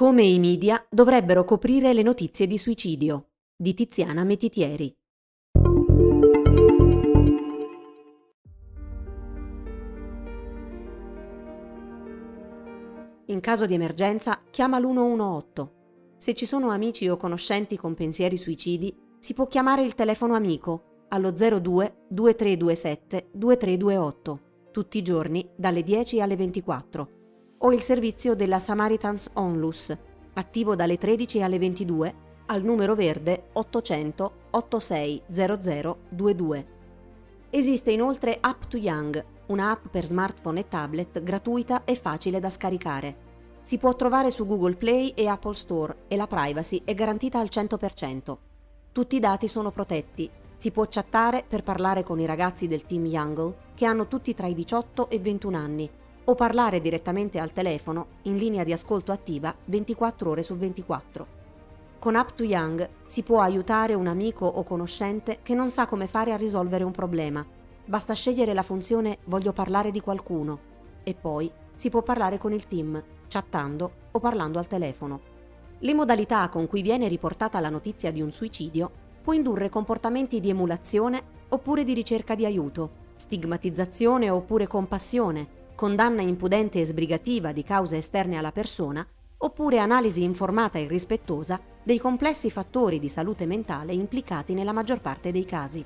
Come i media dovrebbero coprire le notizie di suicidio di Tiziana Metitieri. In caso di emergenza chiama l'118. Se ci sono amici o conoscenti con pensieri suicidi, si può chiamare il telefono amico allo 02 2327 2328, tutti i giorni dalle 10 alle 24, o il servizio della Samaritans Onlus, attivo dalle 13 alle 22, al numero verde 800 8600 22. Esiste inoltre App to Young, un'app per smartphone e tablet gratuita e facile da scaricare. Si può trovare su Google Play e Apple Store e la privacy è garantita al 100%. Tutti i dati sono protetti. Si può chattare per parlare con i ragazzi del team Youngle, che hanno tutti tra i 18 e 21 anni, o parlare direttamente al telefono in linea di ascolto attiva 24 ore su 24. Con App to Young si può aiutare un amico o conoscente che non sa come fare a risolvere un problema. Basta scegliere la funzione "Voglio parlare di qualcuno" e poi si può parlare con il team, chattando o parlando al telefono. Le modalità con cui viene riportata la notizia di un suicidio può indurre comportamenti di emulazione oppure di ricerca di aiuto, stigmatizzazione oppure compassione, condanna impudente e sbrigativa di cause esterne alla persona, oppure analisi informata e rispettosa dei complessi fattori di salute mentale implicati nella maggior parte dei casi.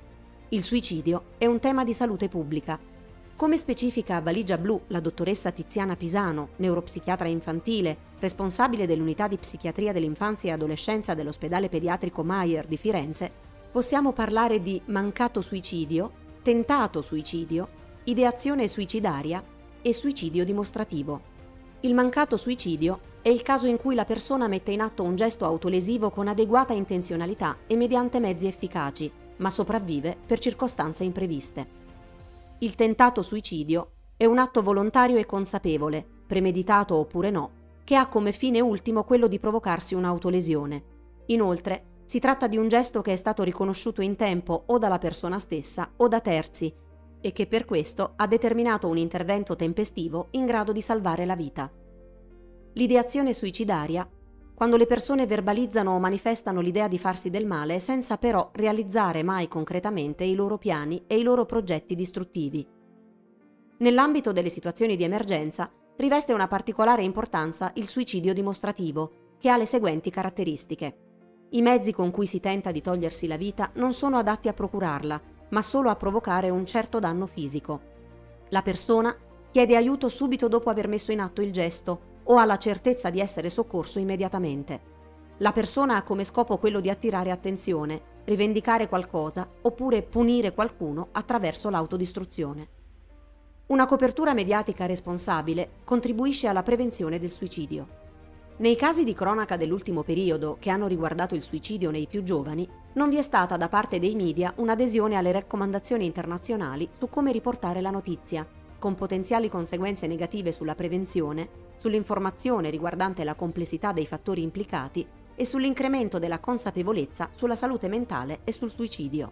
Il suicidio è un tema di salute pubblica. Come specifica a Valigia Blu la dottoressa Tiziana Pisano, neuropsichiatra infantile, responsabile dell'unità di psichiatria dell'infanzia e adolescenza dell'ospedale pediatrico Mayer di Firenze, possiamo parlare di mancato suicidio, tentato suicidio, ideazione suicidaria e suicidio dimostrativo. Il mancato suicidio è il caso in cui la persona mette in atto un gesto autolesivo con adeguata intenzionalità e mediante mezzi efficaci, ma sopravvive per circostanze impreviste. Il tentato suicidio è un atto volontario e consapevole, premeditato oppure no, che ha come fine ultimo quello di provocarsi un'autolesione. Inoltre, si tratta di un gesto che è stato riconosciuto in tempo o dalla persona stessa o da terzi e che per questo ha determinato un intervento tempestivo in grado di salvare la vita. L'ideazione suicidaria, quando le persone verbalizzano o manifestano l'idea di farsi del male senza però realizzare mai concretamente i loro piani e i loro progetti distruttivi. Nell'ambito delle situazioni di emergenza riveste una particolare importanza il suicidio dimostrativo, che ha le seguenti caratteristiche. I mezzi con cui si tenta di togliersi la vita non sono adatti a procurarla, ma solo a provocare un certo danno fisico. La persona chiede aiuto subito dopo aver messo in atto il gesto o ha la certezza di essere soccorso immediatamente. La persona ha come scopo quello di attirare attenzione, rivendicare qualcosa oppure punire qualcuno attraverso l'autodistruzione. Una copertura mediatica responsabile contribuisce alla prevenzione del suicidio. Nei casi di cronaca dell'ultimo periodo che hanno riguardato il suicidio nei più giovani, non vi è stata da parte dei media un'adesione alle raccomandazioni internazionali su come riportare la notizia, con potenziali conseguenze negative sulla prevenzione, sull'informazione riguardante la complessità dei fattori implicati e sull'incremento della consapevolezza sulla salute mentale e sul suicidio.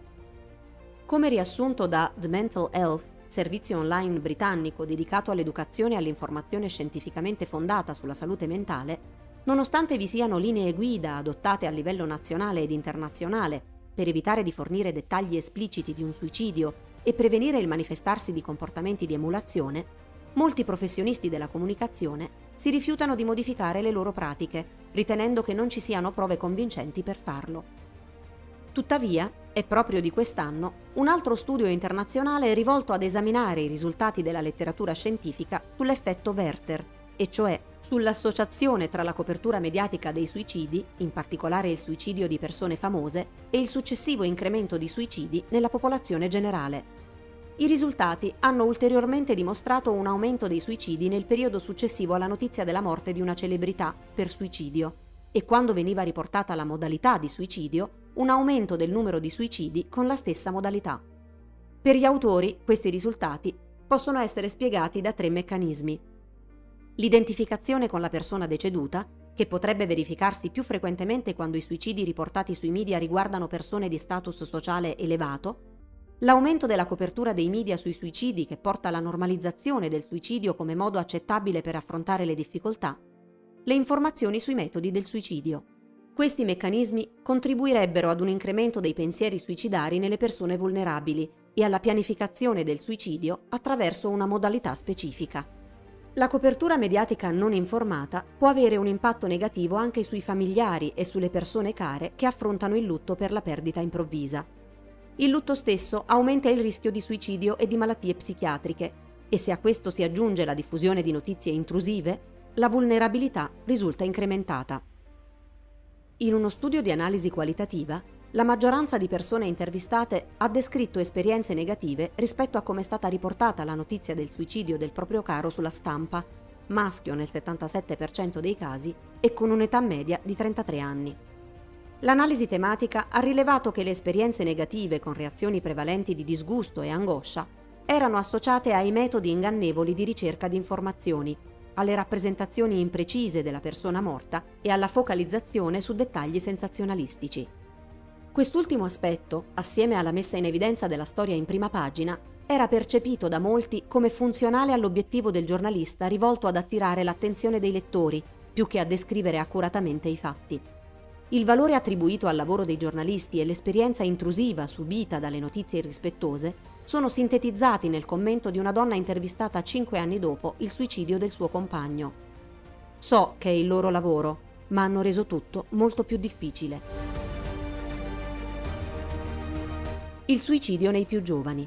Come riassunto da The Mental Health, servizio online britannico dedicato all'educazione e all'informazione scientificamente fondata sulla salute mentale, nonostante vi siano linee guida adottate a livello nazionale ed internazionale per evitare di fornire dettagli espliciti di un suicidio e prevenire il manifestarsi di comportamenti di emulazione, molti professionisti della comunicazione si rifiutano di modificare le loro pratiche, ritenendo che non ci siano prove convincenti per farlo. Tuttavia, è proprio di quest'anno un altro studio internazionale rivolto ad esaminare i risultati della letteratura scientifica sull'effetto Werther, e cioè sull'associazione tra la copertura mediatica dei suicidi, in particolare il suicidio di persone famose, e il successivo incremento di suicidi nella popolazione generale. I risultati hanno ulteriormente dimostrato un aumento dei suicidi nel periodo successivo alla notizia della morte di una celebrità per suicidio e quando veniva riportata la modalità di suicidio, un aumento del numero di suicidi con la stessa modalità. Per gli autori, questi risultati possono essere spiegati da 3 meccanismi. L'identificazione con la persona deceduta, che potrebbe verificarsi più frequentemente quando i suicidi riportati sui media riguardano persone di status sociale elevato, l'aumento della copertura dei media sui suicidi che porta alla normalizzazione del suicidio come modo accettabile per affrontare le difficoltà, le informazioni sui metodi del suicidio. Questi meccanismi contribuirebbero ad un incremento dei pensieri suicidari nelle persone vulnerabili e alla pianificazione del suicidio attraverso una modalità specifica. La copertura mediatica non informata può avere un impatto negativo anche sui familiari e sulle persone care che affrontano il lutto per la perdita improvvisa. Il lutto stesso aumenta il rischio di suicidio e di malattie psichiatriche e se a questo si aggiunge la diffusione di notizie intrusive, la vulnerabilità risulta incrementata. In uno studio di analisi qualitativa, la maggioranza di persone intervistate ha descritto esperienze negative rispetto a come è stata riportata la notizia del suicidio del proprio caro sulla stampa, maschio nel 77% dei casi e con un'età media di 33 anni. L'analisi tematica ha rilevato che le esperienze negative con reazioni prevalenti di disgusto e angoscia erano associate ai metodi ingannevoli di ricerca di informazioni, alle rappresentazioni imprecise della persona morta e alla focalizzazione su dettagli sensazionalistici. Quest'ultimo aspetto, assieme alla messa in evidenza della storia in prima pagina, era percepito da molti come funzionale all'obiettivo del giornalista rivolto ad attirare l'attenzione dei lettori, più che a descrivere accuratamente i fatti. Il valore attribuito al lavoro dei giornalisti e l'esperienza intrusiva subita dalle notizie irrispettose sono sintetizzati nel commento di una donna intervistata 5 anni dopo il suicidio del suo compagno. So che è il loro lavoro, ma hanno reso tutto molto più difficile. Il suicidio nei più giovani.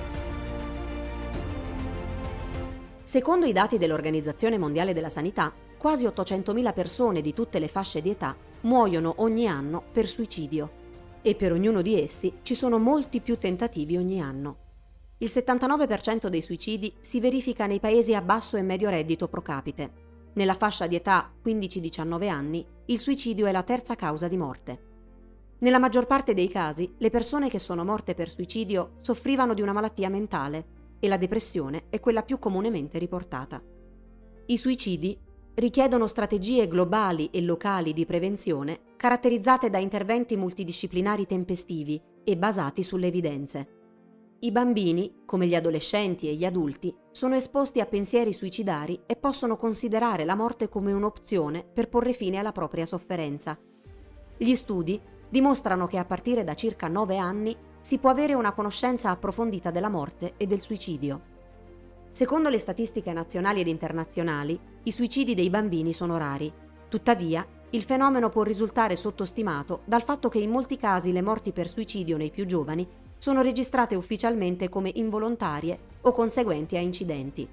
Secondo i dati dell'Organizzazione Mondiale della Sanità, quasi 800.000 persone di tutte le fasce di età muoiono ogni anno per suicidio e per ognuno di essi ci sono molti più tentativi ogni anno. Il 79% dei suicidi si verifica nei paesi a basso e medio reddito pro capite. Nella fascia di età 15-19 anni il suicidio è la terza causa di morte. Nella maggior parte dei casi le persone che sono morte per suicidio soffrivano di una malattia mentale e la depressione è quella più comunemente riportata. I suicidi richiedono strategie globali e locali di prevenzione caratterizzate da interventi multidisciplinari tempestivi e basati sulle evidenze. I bambini, come gli adolescenti e gli adulti, sono esposti a pensieri suicidari e possono considerare la morte come un'opzione per porre fine alla propria sofferenza. Gli studi dimostrano che a partire da circa 9 anni si può avere una conoscenza approfondita della morte e del suicidio. Secondo le statistiche nazionali ed internazionali, i suicidi dei bambini sono rari. Tuttavia, il fenomeno può risultare sottostimato dal fatto che in molti casi le morti per suicidio nei più giovani sono registrate ufficialmente come involontarie o conseguenti a incidenti.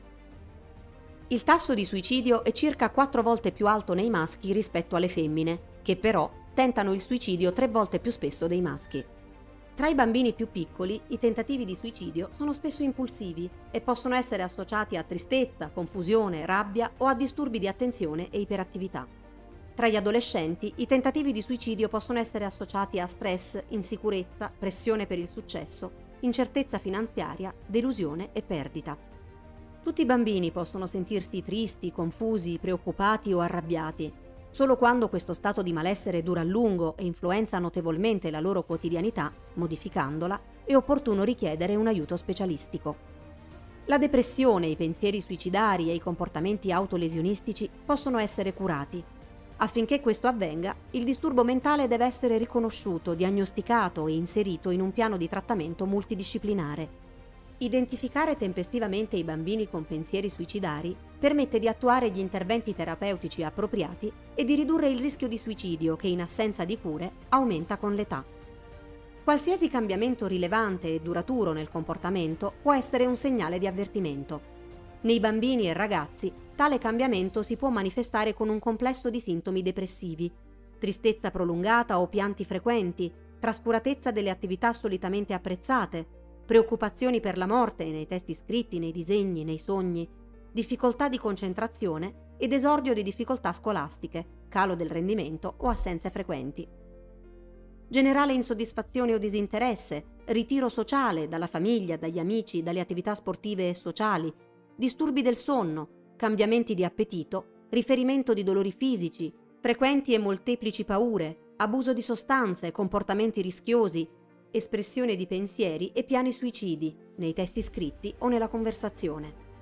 Il tasso di suicidio è circa 4 volte più alto nei maschi rispetto alle femmine, che però tentano il suicidio 3 volte più spesso dei maschi. Tra i bambini più piccoli, i tentativi di suicidio sono spesso impulsivi e possono essere associati a tristezza, confusione, rabbia o a disturbi di attenzione e iperattività. Tra gli adolescenti, i tentativi di suicidio possono essere associati a stress, insicurezza, pressione per il successo, incertezza finanziaria, delusione e perdita. Tutti i bambini possono sentirsi tristi, confusi, preoccupati o arrabbiati. Solo quando questo stato di malessere dura a lungo e influenza notevolmente la loro quotidianità, modificandola, è opportuno richiedere un aiuto specialistico. La depressione, i pensieri suicidari e i comportamenti autolesionistici possono essere curati. Affinché questo avvenga, il disturbo mentale deve essere riconosciuto, diagnosticato e inserito in un piano di trattamento multidisciplinare. Identificare tempestivamente i bambini con pensieri suicidari permette di attuare gli interventi terapeutici appropriati e di ridurre il rischio di suicidio che in assenza di cure aumenta con l'età. Qualsiasi cambiamento rilevante e duraturo nel comportamento può essere un segnale di avvertimento. Nei bambini e ragazzi tale cambiamento si può manifestare con un complesso di sintomi depressivi, tristezza prolungata o pianti frequenti, trascuratezza delle attività solitamente apprezzate, preoccupazioni per la morte nei testi scritti, nei disegni, nei sogni, difficoltà di concentrazione ed esordio di difficoltà scolastiche, calo del rendimento o assenze frequenti. Generale insoddisfazione o disinteresse, ritiro sociale dalla famiglia, dagli amici, dalle attività sportive e sociali, disturbi del sonno, cambiamenti di appetito, riferimento di dolori fisici, frequenti e molteplici paure, abuso di sostanze, comportamenti rischiosi, espressione di pensieri e piani suicidi, nei testi scritti o nella conversazione.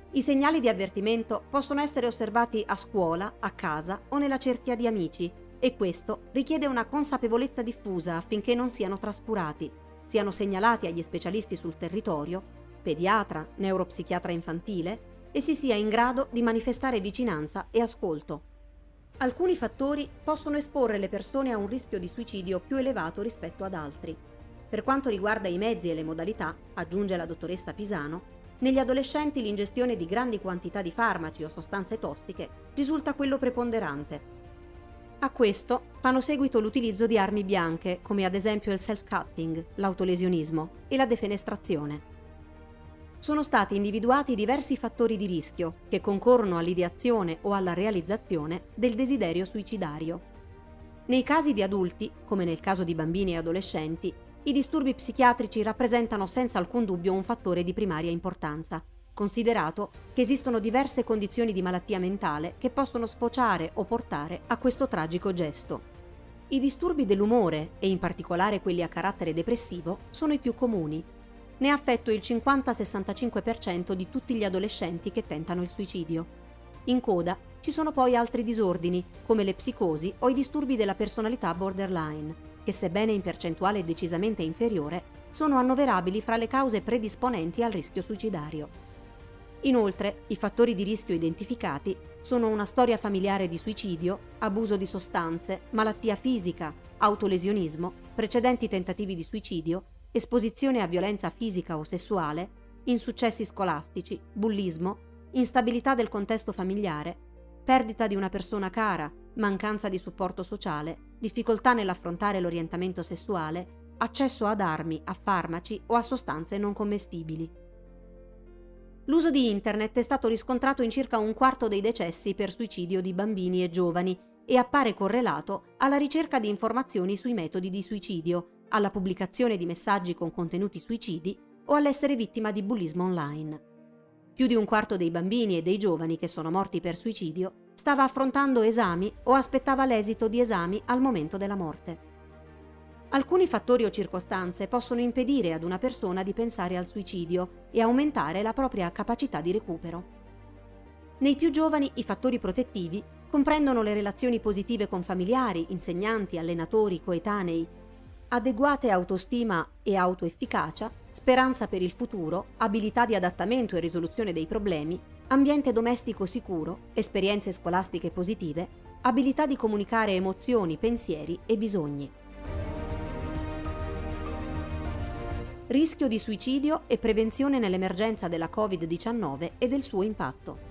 I segnali di avvertimento possono essere osservati a scuola, a casa o nella cerchia di amici, e questo richiede una consapevolezza diffusa affinché non siano trascurati, siano segnalati agli specialisti sul territorio, pediatra, neuropsichiatra infantile, e si sia in grado di manifestare vicinanza e ascolto. Alcuni fattori possono esporre le persone a un rischio di suicidio più elevato rispetto ad altri. Per quanto riguarda i mezzi e le modalità, aggiunge la dottoressa Pisano, negli adolescenti l'ingestione di grandi quantità di farmaci o sostanze tossiche risulta quello preponderante. A questo fanno seguito l'utilizzo di armi bianche, come ad esempio il self-cutting, l'autolesionismo e la defenestrazione. Sono stati individuati diversi fattori di rischio che concorrono all'ideazione o alla realizzazione del desiderio suicidario. Nei casi di adulti, come nel caso di bambini e adolescenti, i disturbi psichiatrici rappresentano senza alcun dubbio un fattore di primaria importanza, considerato che esistono diverse condizioni di malattia mentale che possono sfociare o portare a questo tragico gesto. I disturbi dell'umore, e in particolare quelli a carattere depressivo, sono i più comuni. Ne ha affetto il 50-65% di tutti gli adolescenti che tentano il suicidio. In coda ci sono poi altri disordini, come le psicosi o i disturbi della personalità borderline, che sebbene in percentuale decisamente inferiore, sono annoverabili fra le cause predisponenti al rischio suicidario. Inoltre, i fattori di rischio identificati sono una storia familiare di suicidio, abuso di sostanze, malattia fisica, autolesionismo, precedenti tentativi di suicidio, esposizione a violenza fisica o sessuale, insuccessi scolastici, bullismo, instabilità del contesto familiare, perdita di una persona cara, mancanza di supporto sociale, difficoltà nell'affrontare l'orientamento sessuale, accesso ad armi, a farmaci o a sostanze non commestibili. L'uso di Internet è stato riscontrato in circa un quarto dei decessi per suicidio di bambini e giovani e appare correlato alla ricerca di informazioni sui metodi di suicidio, alla pubblicazione di messaggi con contenuti suicidi o all'essere vittima di bullismo online. Più di un quarto dei bambini e dei giovani che sono morti per suicidio stava affrontando esami o aspettava l'esito di esami al momento della morte. Alcuni fattori o circostanze possono impedire ad una persona di pensare al suicidio e aumentare la propria capacità di recupero. Nei più giovani i fattori protettivi comprendono le relazioni positive con familiari, insegnanti, allenatori, coetanei, adeguate autostima e autoefficacia, speranza per il futuro, abilità di adattamento e risoluzione dei problemi, ambiente domestico sicuro, esperienze scolastiche positive, abilità di comunicare emozioni, pensieri e bisogni. Rischio di suicidio e prevenzione nell'emergenza della Covid-19 e del suo impatto.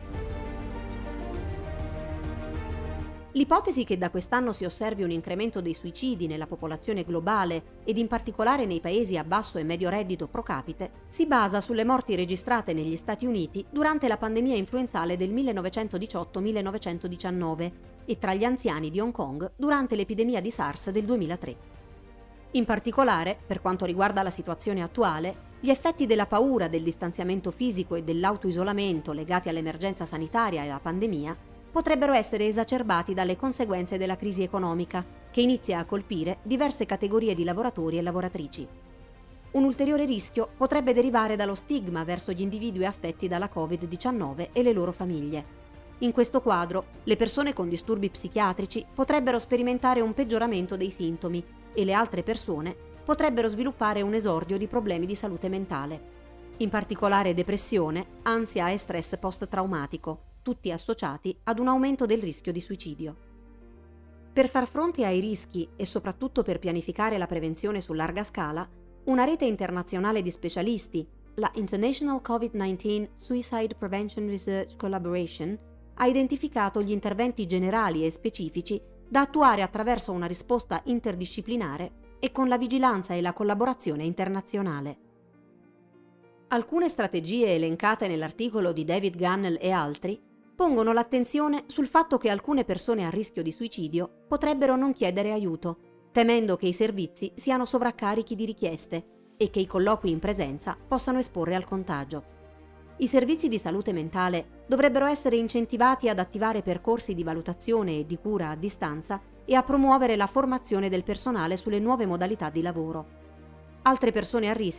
L'ipotesi che da quest'anno si osservi un incremento dei suicidi nella popolazione globale ed in particolare nei paesi a basso e medio reddito pro capite si basa sulle morti registrate negli Stati Uniti durante la pandemia influenzale del 1918-1919 e tra gli anziani di Hong Kong durante l'epidemia di SARS del 2003. In particolare, per quanto riguarda la situazione attuale, gli effetti della paura, del distanziamento fisico e dell'autoisolamento legati all'emergenza sanitaria e alla pandemia potrebbero essere esacerbati dalle conseguenze della crisi economica, che inizia a colpire diverse categorie di lavoratori e lavoratrici. Un ulteriore rischio potrebbe derivare dallo stigma verso gli individui affetti dalla Covid-19 e le loro famiglie. In questo quadro, le persone con disturbi psichiatrici potrebbero sperimentare un peggioramento dei sintomi e le altre persone potrebbero sviluppare un esordio di problemi di salute mentale, in particolare depressione, ansia e stress post-traumatico, tutti associati ad un aumento del rischio di suicidio. Per far fronte ai rischi e soprattutto per pianificare la prevenzione su larga scala, una rete internazionale di specialisti, la International COVID-19 Suicide Prevention Research Collaboration, ha identificato gli interventi generali e specifici da attuare attraverso una risposta interdisciplinare e con la vigilanza e la collaborazione internazionale. Alcune strategie elencate nell'articolo di David Gunnell e altri pongono l'attenzione sul fatto che alcune persone a rischio di suicidio potrebbero non chiedere aiuto, temendo che i servizi siano sovraccarichi di richieste e che i colloqui in presenza possano esporre al contagio. I servizi di salute mentale dovrebbero essere incentivati ad attivare percorsi di valutazione e di cura a distanza e a promuovere la formazione del personale sulle nuove modalità di lavoro. Altre persone a rischio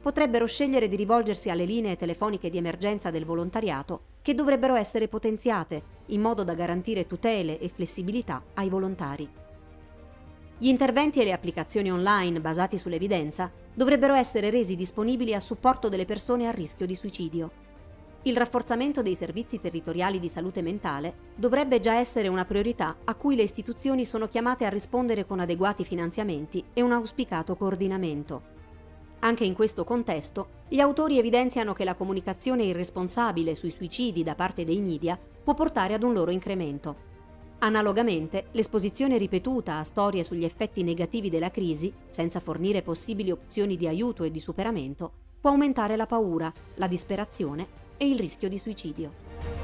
potrebbero scegliere di rivolgersi alle linee telefoniche di emergenza del volontariato, che dovrebbero essere potenziate in modo da garantire tutele e flessibilità ai volontari. Gli interventi e le applicazioni online basati sull'evidenza dovrebbero essere resi disponibili a supporto delle persone a rischio di suicidio. Il rafforzamento dei servizi territoriali di salute mentale dovrebbe già essere una priorità a cui le istituzioni sono chiamate a rispondere con adeguati finanziamenti e un auspicato coordinamento. Anche in questo contesto, gli autori evidenziano che la comunicazione irresponsabile sui suicidi da parte dei media può portare ad un loro incremento. Analogamente, l'esposizione ripetuta a storie sugli effetti negativi della crisi, senza fornire possibili opzioni di aiuto e di superamento, può aumentare la paura, la disperazione e il rischio di suicidio.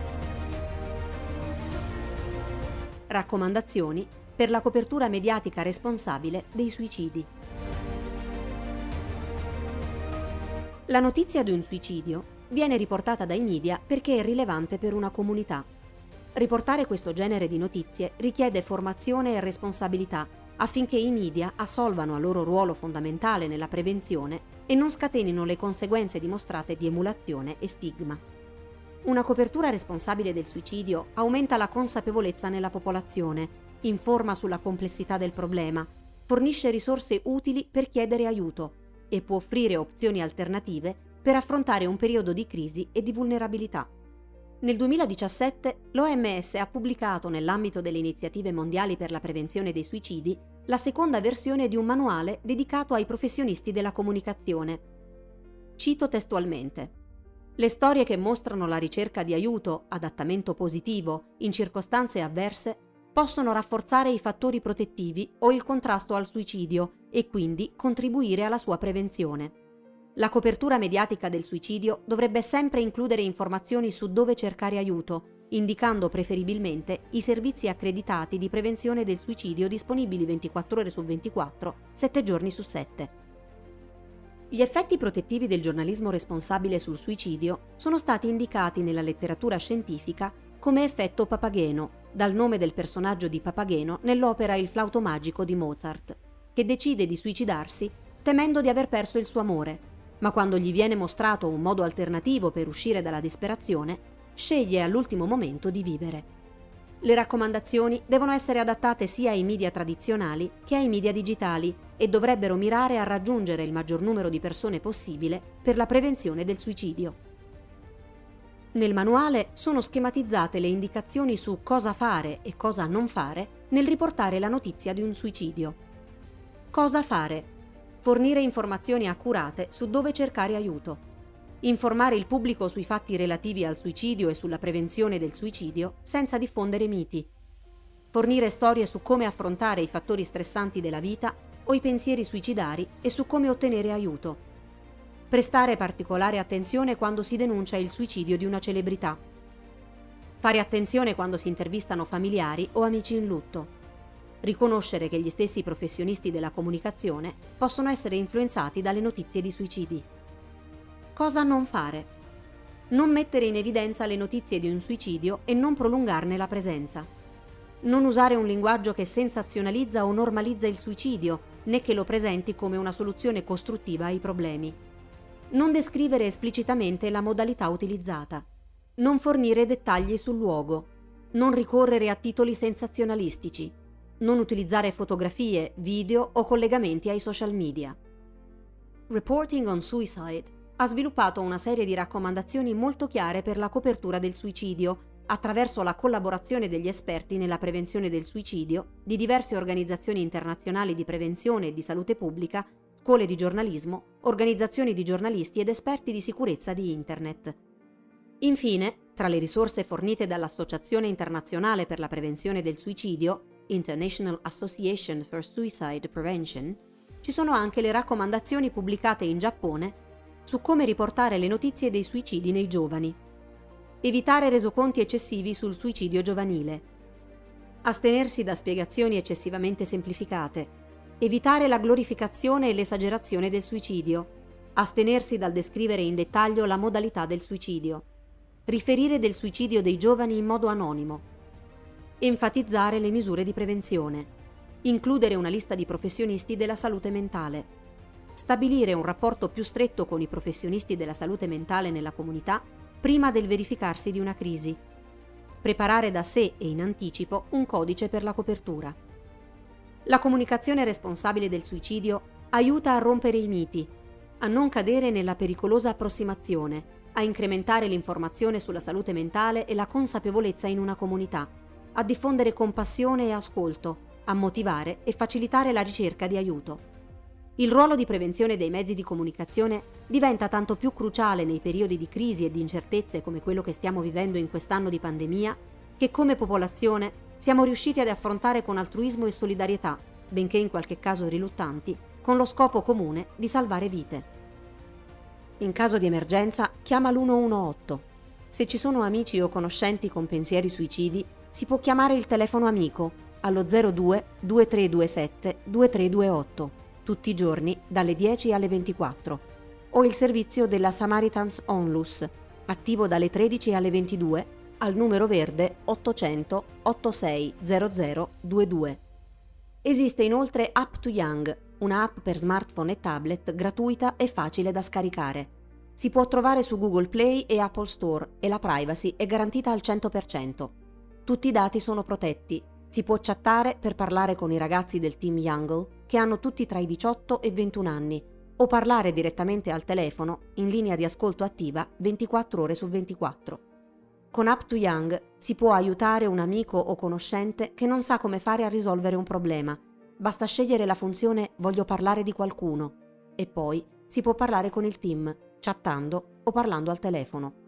Raccomandazioni per la copertura mediatica responsabile dei suicidi. La notizia di un suicidio viene riportata dai media perché è rilevante per una comunità. Riportare questo genere di notizie richiede formazione e responsabilità affinché i media assolvano al loro ruolo fondamentale nella prevenzione e non scatenino le conseguenze dimostrate di emulazione e stigma. Una copertura responsabile del suicidio aumenta la consapevolezza nella popolazione, informa sulla complessità del problema, fornisce risorse utili per chiedere aiuto e può offrire opzioni alternative per affrontare un periodo di crisi e di vulnerabilità. Nel 2017 l'OMS ha pubblicato, nell'ambito delle iniziative mondiali per la prevenzione dei suicidi, la seconda versione di un manuale dedicato ai professionisti della comunicazione. Cito testualmente: le storie che mostrano la ricerca di aiuto, adattamento positivo, in circostanze avverse, possono rafforzare i fattori protettivi o il contrasto al suicidio e quindi contribuire alla sua prevenzione. La copertura mediatica del suicidio dovrebbe sempre includere informazioni su dove cercare aiuto, indicando preferibilmente i servizi accreditati di prevenzione del suicidio disponibili 24 ore su 24, 7 giorni su 7. Gli effetti protettivi del giornalismo responsabile sul suicidio sono stati indicati nella letteratura scientifica come effetto Papageno, dal nome del personaggio di Papageno nell'opera Il flauto magico di Mozart, che decide di suicidarsi temendo di aver perso il suo amore, ma quando gli viene mostrato un modo alternativo per uscire dalla disperazione, sceglie all'ultimo momento di vivere. Le raccomandazioni devono essere adattate sia ai media tradizionali che ai media digitali e dovrebbero mirare a raggiungere il maggior numero di persone possibile per la prevenzione del suicidio. Nel manuale sono schematizzate le indicazioni su cosa fare e cosa non fare nel riportare la notizia di un suicidio. Cosa fare? Fornire informazioni accurate su dove cercare aiuto. Informare il pubblico sui fatti relativi al suicidio e sulla prevenzione del suicidio senza diffondere miti. Fornire storie su come affrontare i fattori stressanti della vita o i pensieri suicidari e su come ottenere aiuto. Prestare particolare attenzione quando si denuncia il suicidio di una celebrità. Fare attenzione quando si intervistano familiari o amici in lutto. Riconoscere che gli stessi professionisti della comunicazione possono essere influenzati dalle notizie di suicidi. Cosa non fare? Non mettere in evidenza le notizie di un suicidio e non prolungarne la presenza. Non usare un linguaggio che sensazionalizza o normalizza il suicidio, né che lo presenti come una soluzione costruttiva ai problemi. Non descrivere esplicitamente la modalità utilizzata. Non fornire dettagli sul luogo. Non ricorrere a titoli sensazionalistici. Non utilizzare fotografie, video o collegamenti ai social media. Reporting on Suicide ha sviluppato una serie di raccomandazioni molto chiare per la copertura del suicidio, attraverso la collaborazione degli esperti nella prevenzione del suicidio, di diverse organizzazioni internazionali di prevenzione e di salute pubblica, scuole di giornalismo, organizzazioni di giornalisti ed esperti di sicurezza di Internet. Infine, tra le risorse fornite dall'Associazione internazionale per la prevenzione del suicidio, International Association for Suicide Prevention, ci sono anche le raccomandazioni pubblicate in Giappone su come riportare le notizie dei suicidi nei giovani. Evitare resoconti eccessivi sul suicidio giovanile. Astenersi da spiegazioni eccessivamente semplificate. Evitare la glorificazione e l'esagerazione del suicidio. Astenersi dal descrivere in dettaglio la modalità del suicidio. Riferire del suicidio dei giovani in modo anonimo. Enfatizzare le misure di prevenzione. Includere una lista di professionisti della salute mentale. Stabilire un rapporto più stretto con i professionisti della salute mentale nella comunità prima del verificarsi di una crisi. Preparare da sé e in anticipo un codice per la copertura. La comunicazione responsabile del suicidio aiuta a rompere i miti, a non cadere nella pericolosa approssimazione, a incrementare l'informazione sulla salute mentale e la consapevolezza in una comunità, a diffondere compassione e ascolto, a motivare e facilitare la ricerca di aiuto. Il ruolo di prevenzione dei mezzi di comunicazione diventa tanto più cruciale nei periodi di crisi e di incertezze come quello che stiamo vivendo in quest'anno di pandemia, che come popolazione siamo riusciti ad affrontare con altruismo e solidarietà, benché in qualche caso riluttanti, con lo scopo comune di salvare vite. In caso di emergenza, chiama l'118. Se ci sono amici o conoscenti con pensieri suicidi, si può chiamare il telefono amico allo 02 2327 2328, tutti i giorni dalle 10 alle 24, o il servizio della Samaritans Onlus, attivo dalle 13 alle 22, al numero verde 800 8600 22. Esiste inoltre App2Young, un'app per smartphone e tablet gratuita e facile da scaricare. Si può trovare su Google Play e Apple Store e la privacy è garantita al 100%. Tutti i dati sono protetti. Si può chattare per parlare con i ragazzi del team Youngle, che hanno tutti tra i 18 e 21 anni, o parlare direttamente al telefono in linea di ascolto attiva 24 ore su 24. Con App2Young si può aiutare un amico o conoscente che non sa come fare a risolvere un problema. Basta scegliere la funzione "Voglio parlare di qualcuno" e poi si può parlare con il team, chattando o parlando al telefono.